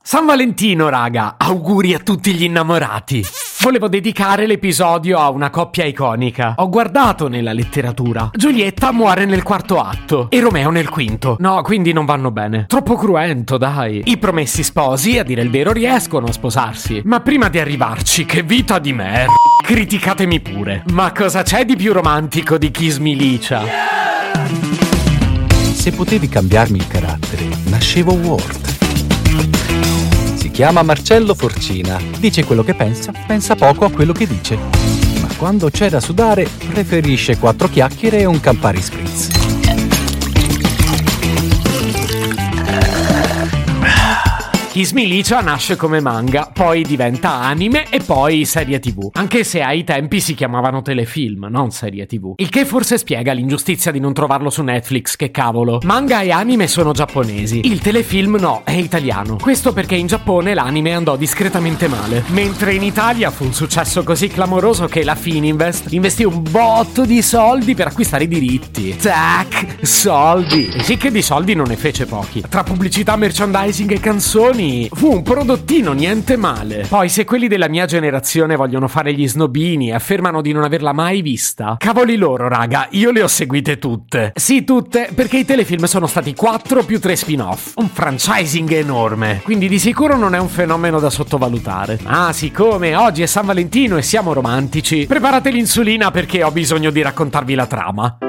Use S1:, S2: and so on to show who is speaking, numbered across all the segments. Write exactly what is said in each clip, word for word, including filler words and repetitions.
S1: San Valentino, raga, auguri a tutti gli innamorati. Volevo dedicare l'episodio a una coppia iconica. Ho guardato nella letteratura. Giulietta muore nel quarto atto e Romeo nel quinto. No, quindi non vanno bene. Troppo cruento, dai. I promessi sposi, a dire il vero, riescono a sposarsi. Ma prima di arrivarci, che vita di merda. Criticatemi pure. Ma cosa c'è di più romantico di Kiss Me Licia?
S2: Se potevi cambiarmi il carattere, nascevo Ward. Si chiama Marcello Forcina, dice quello che pensa, pensa poco a quello che dice. Ma quando c'è da sudare, preferisce quattro chiacchiere e un Campari Spritz.
S1: Kiss Me Licia nasce come manga, poi diventa anime e poi serie tv. Anche se ai tempi si chiamavano telefilm, non serie tv. Il che forse spiega l'ingiustizia di non trovarlo su Netflix, che cavolo. Manga e anime sono giapponesi, il telefilm no, è italiano. Questo perché in Giappone l'anime andò discretamente male, mentre in Italia fu un successo così clamoroso che la Fininvest investì un botto di soldi per acquistare i diritti. Tac, soldi. E sì che di soldi non ne fece pochi. Tra pubblicità, merchandising e canzoni fu un prodottino niente male. Poi se quelli della mia generazione vogliono fare gli snobini e affermano di non averla mai vista, cavoli loro, raga, io le ho seguite tutte. Sì, tutte, perché i telefilm sono stati quattro più tre spin-off. Un franchising enorme, quindi di sicuro non è un fenomeno da sottovalutare. Ah, siccome oggi è San Valentino e siamo romantici, preparate l'insulina perché ho bisogno di raccontarvi la trama.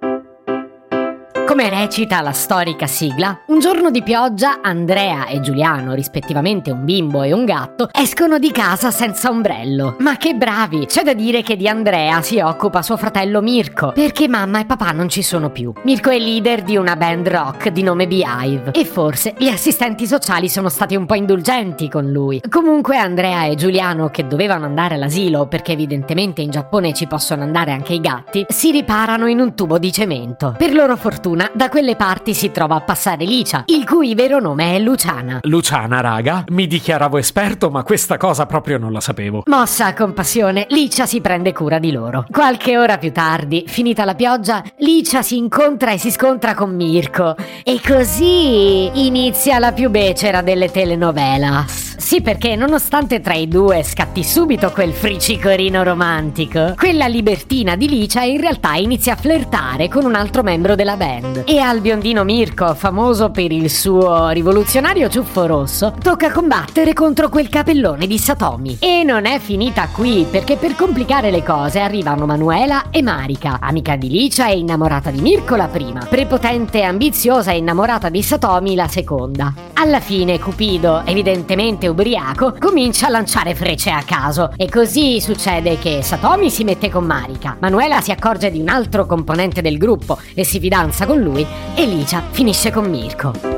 S3: Come recita la storica sigla, un giorno di pioggia Andrea e Giuliano, rispettivamente un bimbo e un gatto, escono di casa senza ombrello. Ma che bravi! C'è da dire che di Andrea si occupa suo fratello Mirko, perché mamma e papà non ci sono più. Mirko è leader di una band rock di nome Beehive e forse gli assistenti sociali sono stati un po' indulgenti con lui. Comunque Andrea e Giuliano, che dovevano andare all'asilo perché evidentemente in Giappone ci possono andare anche i gatti, si riparano in un tubo di cemento. Per loro fortuna da quelle parti si trova a passare Licia, il cui vero nome è Luciana.
S1: Luciana, raga, mi dichiaravo esperto, ma questa cosa proprio non la sapevo.
S3: Mossa a compassione, Licia si prende cura di loro. Qualche ora più tardi, finita la pioggia, Licia si incontra e si scontra con Mirko. E così inizia la più becera delle telenovelas. Sì, perché nonostante tra i due scatti subito quel fricicorino romantico, quella libertina di Licia in realtà inizia a flirtare con un altro membro della band. E al biondino Mirko, famoso per il suo rivoluzionario ciuffo rosso, tocca combattere contro quel capellone di Satomi. E non è finita qui, perché per complicare le cose arrivano Manuela e Marika, amica di Licia e innamorata di Mirko la prima, prepotente e ambiziosa e innamorata di Satomi la seconda. Alla fine Cupido, evidentemente ubriaco, comincia a lanciare frecce a caso e così succede che Satomi si mette con Marika, Manuela si accorge di un altro componente del gruppo e si fidanza con lui e Licia finisce con Mirko.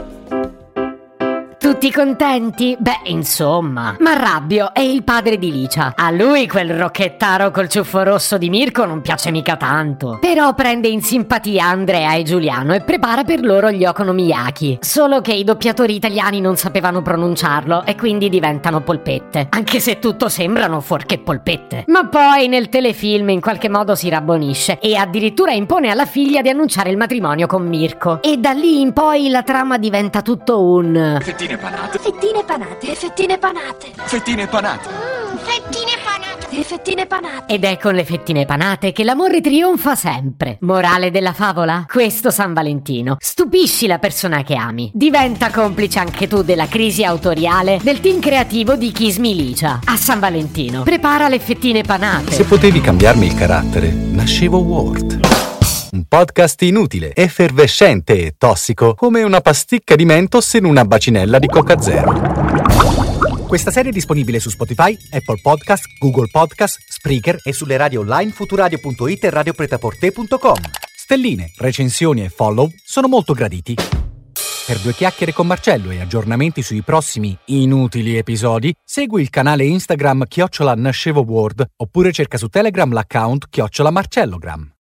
S3: Tutti contenti? Beh, insomma. Ma Rabbio è il padre di Licia. A lui quel rocchettaro col ciuffo rosso di Mirko non piace mica tanto. Però prende in simpatia Andrea e Giuliano e prepara per loro gli okonomiyaki. Solo che i doppiatori italiani non sapevano pronunciarlo e quindi diventano polpette. Anche se tutto sembrano fuorché polpette. Ma poi nel telefilm in qualche modo si rabbonisce e addirittura impone alla figlia di annunciare il matrimonio con Mirko. E da lì in poi la trama diventa tutto un...
S4: Fettine panate.
S5: Fettine panate. Fettine panate.
S4: Fettine panate.
S5: Mm, fettine panate. Fettine panate.
S3: Ed è con le fettine panate che l'amore trionfa sempre. Morale della favola? Questo San Valentino. Stupisci la persona che ami. Diventa complice anche tu della crisi autoriale del team creativo di Kiss Me Licia. A San Valentino prepara le fettine panate.
S2: Se potevi cambiarmi il carattere, nascevo Ward. Un podcast inutile, effervescente e tossico, come una pasticca di Mentos in una bacinella di Coca Zero.
S6: Questa serie è disponibile su Spotify, Apple Podcast, Google Podcast, Spreaker e sulle radio online futuradio punto it e radio pretaporte punto com. Stelline, recensioni e follow sono molto graditi. Per due chiacchiere con Marcello e aggiornamenti sui prossimi inutili episodi, segui il canale Instagram chiocciola Nascevo Ward oppure cerca su Telegram l'account chiocciola Marcellogram.